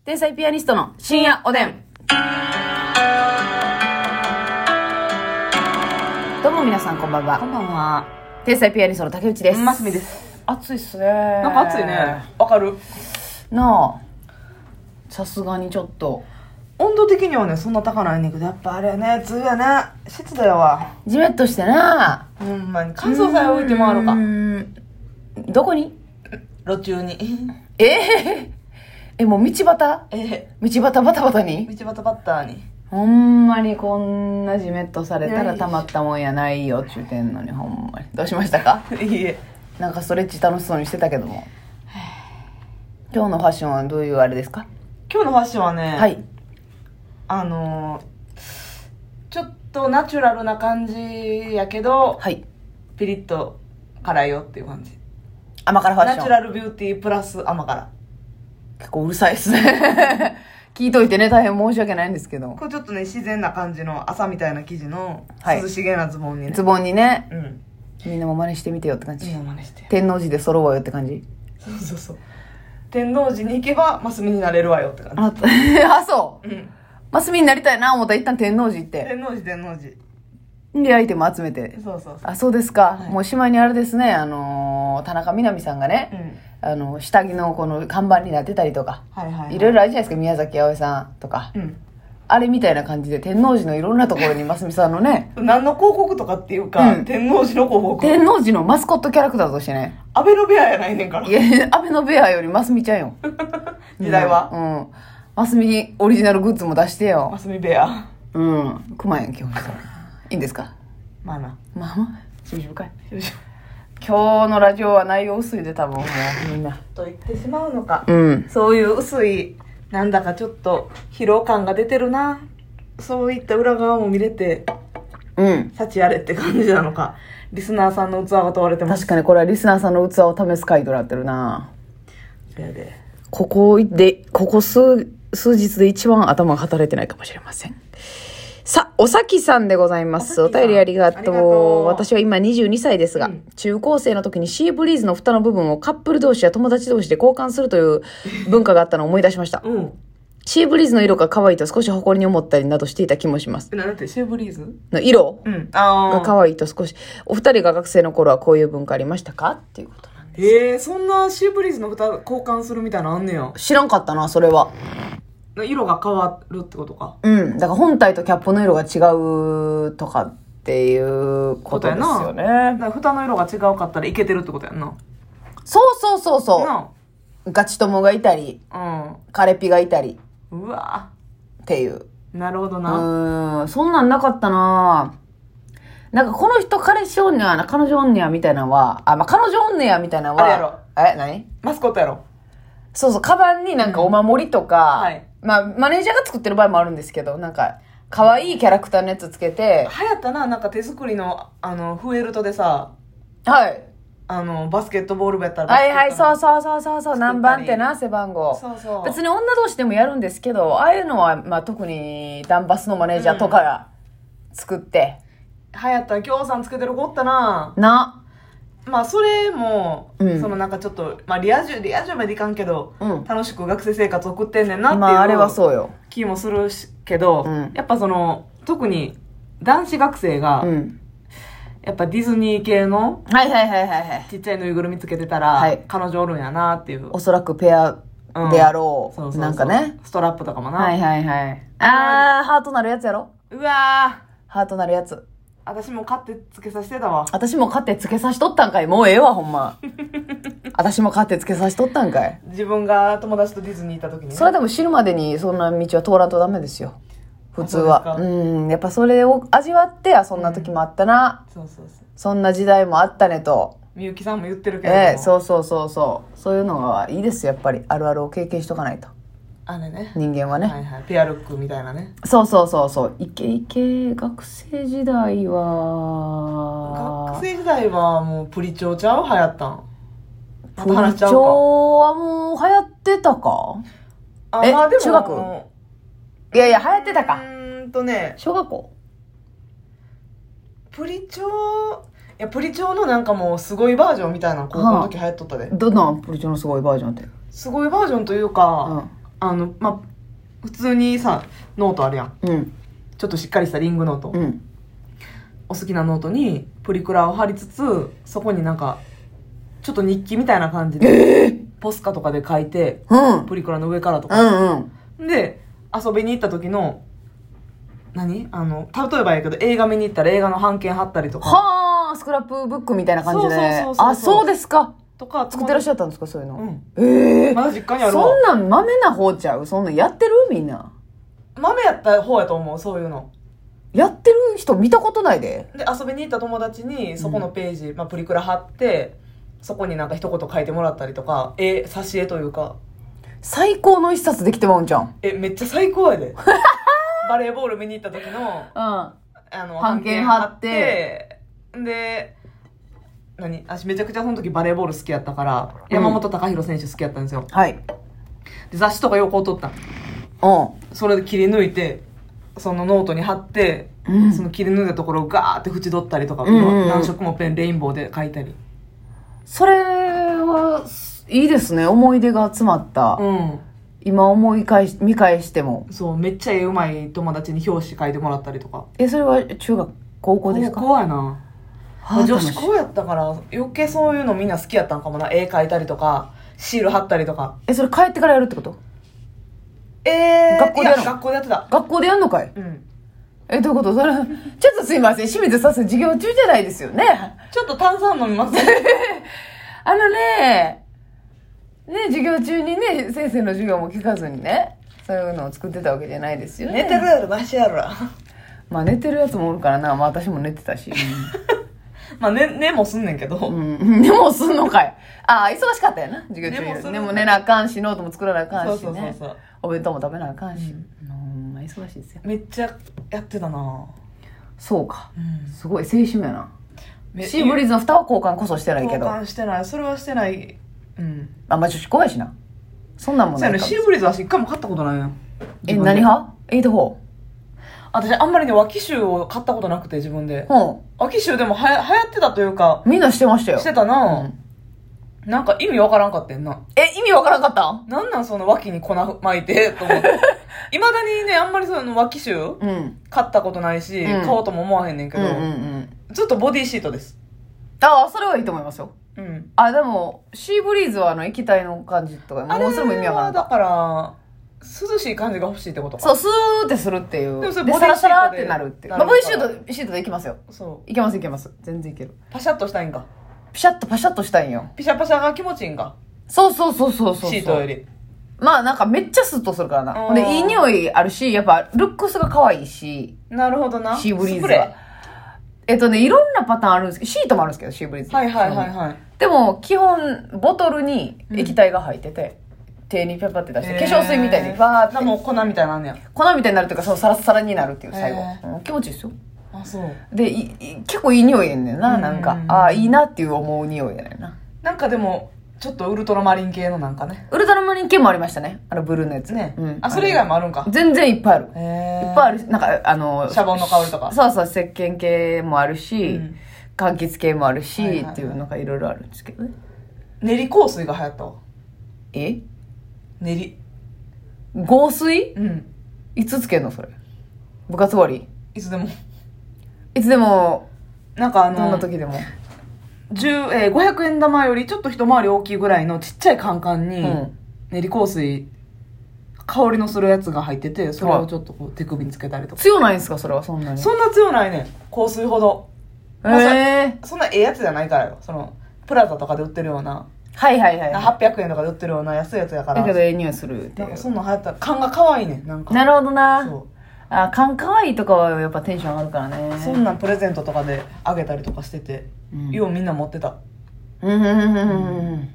天才ピアニストの深夜おでん。どうも皆さんこんばんは。 こんばんは。 天才ピアニストの竹内です。 ますみです。 暑いっすね。 なんか暑いね。わかる。 なあ、さすがにちょっと温度的にはねそんな高ないねんけど、やっぱあれね、梅雨やね、湿度やわ。 ジメッとしてな。 ほんまに乾燥剤置いて回るか。 どこに？ 路中に。 もう道端バタバタに？ 道端バッターに。 ほんまにこんなジメッとされたらたまったもんやないよって言うてんのに、ほんまに。どうしましたか？ いいえ。 なんかストレッチ楽しそうにしてたけども。今日のファッションはどういうあれですか？ 今日のファッションはね、 はい。 ちょっとナチュラルな感じやけど、 はい。 ピリッと辛いよっていう感じ。 甘辛ファッション。 ナチュラルビューティープラス甘辛。 結構うるさいですね。聞いといてね、大変申し訳ないんですけど。 これちょっとね、自然な感じの朝みたいな生地のはい涼しげなズボンにね。 ズボンにね、 うん。 みんなも真似してみてよって感じ。 みんな真似して。 天王寺で揃おうよって感じ。 そう。天王寺に行けばマスミになれるわよって感じ。 あ、そう。 うん。 マスミになりたいな思ったら一旦天王寺行って。 天王寺。 で、アイテム集めて。 そう。 あ、そうですか。 はいもうしまいにあれですね、田中みな実さんがね、下着のこの看板になってたりとか、 はい。 いろいろあるじゃないですか、宮崎あおいさんとか。 うん。 あれみたいな感じで、天王寺のいろんなところにマスミさんのね、 何の広告とかっていうか、 うん天王寺の広告。 天王寺のマスコットキャラクターとしてね、 アベノベアやないねんから。 いや、アベノベアよりマスミちゃんよ。 時代は。 うん。マスミオリジナルグッズも出してよマ。スミベア。 うん。クマやん、基本的に。いいんですか？ まあな。 まあまあ、しぶしぶかい。今日のラジオは内容薄いで多分もうみんな。 と言ってしまうのか。 うん。 そういう薄い、なんだかちょっと疲労感が出てるな。そういった裏側も見れて、 うん。 幸あれって感じなのか。リスナーさんの器が問われてます。 確かにこれはリスナーさんの器を試す回となってるな。 そやで。 ここ数日で一番頭が働いてないかもしれません。さあ、おさきさんでございます。お便りありがとう。私は今22歳ですが、中高生の時にシーブリーズの蓋の部分をカップル同士や友達同士で交換するという文化があったのを思い出しました。 うん。 シーブリーズの色が可愛いと少し誇りに思ったりなどしていた気もします。 なんだってシェーブリーズの色うん。 が可愛いと少し。お二人が学生の頃はこういう文化ありましたかっていうことなんでそんなシーブリーズの蓋交換するみたいなのあんねや。 す。知らんかったな、それは。 色が変わるってことか。 うん。だから本体とキャップの色が違うとかっていうことですよね。 だから蓋の色が違うかったらいけてるってことやんな。 そう。 なガチ友がいたり、 あ。 カレピがいたりうわっていう。 なるほどな。 そんなんなかったな。なんかこの人彼氏おんねやな、彼女おんねやみたいなのは、彼女おんねやみたいなのは、 あれやろ。 何？ マスコットやろ。 そう、カバンになんかお守りとか、 はいまあ、マネージャーが作ってる場合もあるんですけど、なんか、可愛いキャラクターのやつつけて、 流行ったな、なんか手作りの、フェルトでさ、 はい。 バスケットボール部やったらバスケットはい、そう作ったり何番ってな、背番号。 そう。 別に女同士でもやるんですけど、ああいうのは、まあ、特にダンバスのマネージャーとかが作って、 流行ったら京さんつけてる子おったな。まあそれも、そのなんかちょっと、まあリア充までいかんけど、楽しく学生生活送ってんねんなっていう、 まあ、あれはそうよ。 気もするけど、やっぱその、特に男子学生が、やっぱディズニー系の、 はい。 ちっちゃいぬいぐるみつけてたら、彼女おるんやなっていう。 おそらくペアであろう。 そうなんかね。 ストラップとかもな。 はい。ハートなるやつやろ？ うわー。 ハートなるやつ。 私も買ってつけさせてたわ。 私も買ってつけさしとったんかい。もうええわ、ほんま。私も買ってつけさしとったんかい。 自分が友達とディズニー行った時にね。 それでも知るまでにそんな道は通らんとダメですよ。普通は。やっぱそれを味わってそんな時もあったな。 そう。 そんな時代もあったねと。 みゆきさんも言ってるけど。 そう。そういうのはいいですよ、やっぱり。あるあるを経験しとかないと。 あれね。 人間はね。 はい。ペアルックみたいなね。 そう。イケ、学生時代は。 学生時代はもうプリチョちゃう流行ったん。 プリチョはもう流行ってたか？ まあでも中学？いや、流行ってたか。小学校？ プリチョのなんかもうすごいバージョンみたいな高校の時流行っとったで。 どんなプリチョのすごいバージョンって？ すごいバージョンというか、 まあ、普通にさ、ノートあるやん。 うん。 ちょっとしっかりしたリングノート。 うん。 お好きなノートにプリクラを貼りつつ、そこになんか、ちょっと日記みたいな感じで、ポスカとかで書いて、 うん。 プリクラの上からとうか。 んうん。 で、遊びに行った時の、例えばやけど映画見に行ったら映画の半券貼ったりとか。 はあ、スクラップブックみたいな感じで。 そうあ、そうですか。 とか、 作ってらっしゃったんですか、そういうの。 うん。 えまだ実家にあるわ。 そんなん豆な方ちゃう？そんなんやってるみんな。 豆やった方やと思う、そういうの。 やってる人見たことないで。 で、遊びに行った友達に、そこのページ、まあ、プリクラ貼って、そこになんか一言書いてもらったりとか、挿絵というか。 最高の一冊できてまうんじゃん。 めっちゃ最高やで。バレーボール見に行った時の、半券貼って、で、私めちゃくちゃその時バレーボール好きやったから、山本隆弘選手好きやったんですよ。 はい。 で、雑誌とか横を取ったの。 それで切り抜いて、そのノートに貼って、その切り抜いたところをガーって縁取ったりとか、何色もペン、レインボーで書いたり。 それは、いいですね。思い出が詰まった。 うん。 今見返しても。 そう、めっちゃ絵うまい友達に表紙書いてもらったりとか。 それは中学、高校ですか？ 高校やな。女子校やったから余計そういうのみんな好きやったんかもな。絵描いたりとかシール貼ったりとか。 それ帰ってからやるってこと？ 学校でやるの？学校でやってた。 学校でやんのかい？ うん。 どういうこと？それちょっとすいません、清水さん授業中じゃないですよね。 ちょっと炭酸飲みます授業中にね、先生の授業も聞かずにね、そういうのを作ってたわけじゃないですよね。 寝てるやろマシやろ。 まあ寝てるやつもおるからな。まあ私も寝てたし。 まあ寝もすんねんけど。 寝もすんのかい。忙しかったやな、授業中。でも寝なあかんし、ノートも作らなあかんしね。そう。お弁当も食べなあかんし。まあ忙しいですよ。 めっちゃやってたな。 そうか。すごい青春やな。シーブリーズの蓋は交換こそしてないけど。 交換してない。それはしてない。うん。 まあ女子校やしな。そんなんもないかも。 シーブリーズは一回も買ったことないやん。 何派？ 8-4？ 私あんまりね、脇臭を買ったことなくて、自分で。脇臭でも流行ってたというか。 みんなしてましたよ。 してたな。なんか意味わからんかってんな。 意味わからんかった？ なんその脇に粉巻いて、と思って。未だにね、あんまりその脇臭買ったことないし、買おうとも思わへんねんけど、ずっとボディシートです。 それはいいと思いますよ。でも、シーブリーズは液体の感じとか、もうそれも意味わからんかった。 だから、涼しい感じが欲しいってことか。 そう、スーってするっていう。で、サラサラってなるっていう。ボディシートでいきますよ。 そう。 いけます。全然いける。 パシャッとしたいんか。 パシャッとしたいんよ。 ピシャパシャが気持ちいいんか。 そう。 シートより。 まあなんかめっちゃスッとするからな。で、いい匂いあるし、やっぱルックスが可愛いし。 なるほどな。 シーブリーズは。いろんなパターンあるんですけど、シートもあるんですけど、シーブリーズ。 はい。 でも、基本、ボトルに液体が入ってて、手にペパって出して、化粧水みたいにバーって。 もう粉みたいになんねや。 粉みたいになるっていうか、サラッサラになるっていう最後。気持ちいいですよ。 そう。 で、結構いい匂いやんねんな、なんか。いいなっていう思う匂いやねんな。 なんかでも、ちょっとウルトラマリン系のなんかね。 ウルトラマリン系もありましたね。ブルーのやつ。 ね。それ以外もあるんか。 全然いっぱいある。いっぱいある。なんか、 シャボンの香りとか。 そう、石鹸系もあるし、柑橘系もあるし、っていうのがいろいろあるんですけどね。 練り香水が流行ったわ。 練り。 合水？いつつけんのそれ。部活終わり？ いつでも。なんかどんな時でも。 500円玉よりちょっと一回り大きいぐらいのちっちゃいカンカンに、練り香水、香りのするやつが入ってて、それをちょっとこう手首につけたりとか。 強ないんすかそれはそんなに。 そんな強ないねん。香水ほど。そんなやつじゃないからよ。プラザとかで売ってるような。800円とかで売ってるような安いやつやから。 だけど匂いするっていう。 そんなん流行ったら、缶が可愛いねん。なんか。 なるほどな。そう。缶可愛いとかはやっぱテンション上がるからね。 そんなんプレゼントとかであげたりとかしてて、ようみんな持ってた。 は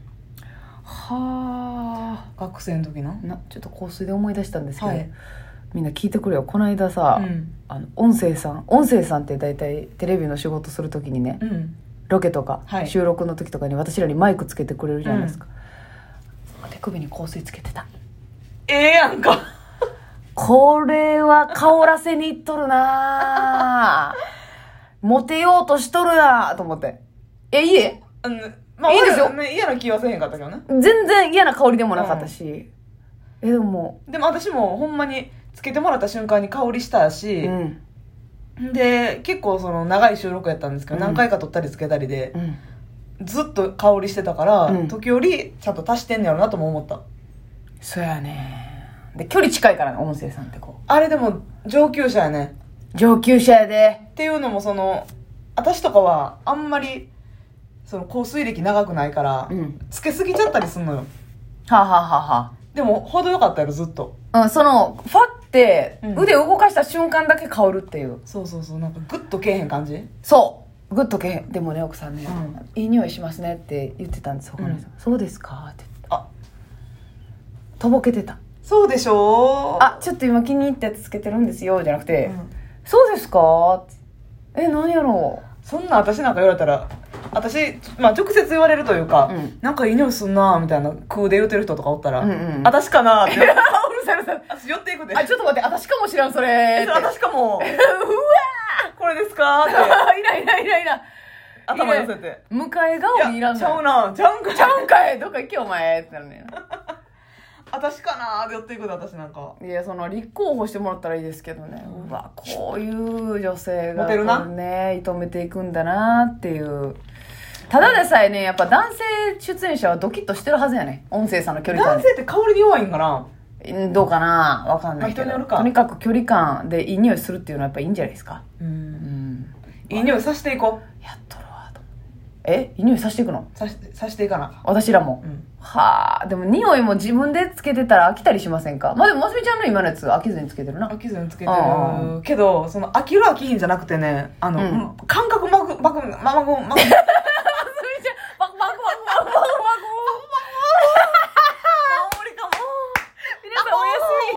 あ。 学生の時な。 ちょっと香水で思い出したんですけど、みんな聞いてくれよ。この間さ、音声さんって大体テレビの仕事する時にね、ロケとか、収録の時とかに私らにマイクつけてくれるじゃないですか。手首に香水つけてた。 やんか。 これは香らせにいっとるなモテようとしとるなと思って。いいいいですよ。嫌な気はせへんかったけどね。 全然嫌な香りでもなかったし。 でも私もほんまにつけてもらった瞬間に香りしたし、で結構その長い収録やったんですけど、何回か撮ったりつけたりで、ずっと香りしてたから、時折ちゃんと足してんねやろなとも思った。 そうやね。で距離近いからね、音声さんってこう。 あれでも上級者やね。 上級者やで。 っていうのもその私とかはあんまりその香水歴長くないから、つけすぎちゃったりすんのよ。 はあ、はあははでも程よかったやろずっと。 そのファって腕動かした瞬間だけ香るっていう。 そうそうそう、なんかグッとけえへん感じ。 そうグッとけえへん。でもね奥さんね、いい匂いしますねって言ってたんです他の人、そうですかって言った。とぼけてた。 そうでしょ。 ちょっと今気に入ったやつつけてるんですよじゃなくて、そうですかってなんやろう。 そんな私なんか言われたら、私、直接言われるというか、なんかいい匂いすんなみたいな空で言うてる人とかおったら、私かなって。うるさいうるさい。私寄っていくで。 ちょっと待って、私かもしらん、それ。 私かも。うわこれですかって。 いら。 頭寄せて。 迎え顔にいらんの。 ちゃうな。ちゃうんかい。どっか行けお前ってなるねん。 私かなって寄っていくで、私なんか。 いや、立候補してもらったらいいですけどね。うわ、こういう女性がモテるなね、射止めていくんだなっていう。ただでさえね、やっぱ男性出演者はドキッとしてるはずやね。音声さんの距離感。 男性って香りに弱いんかな。 どうかなわかんないけど。 人によるか。 とにかく距離感でいい匂いするっていうのはやっぱいいんじゃないですか。 いい匂いさしていこう。やっとるわと。いい匂いさしていくの？ さしていかな。 私らも。はあ、でも匂いも自分でつけてたら飽きたりしませんか？でもますみちゃんの今のやつ飽きずにつけてるな。 飽きずにつけてるけど、その飽きる飽きひんじゃなくてね、感覚まぐ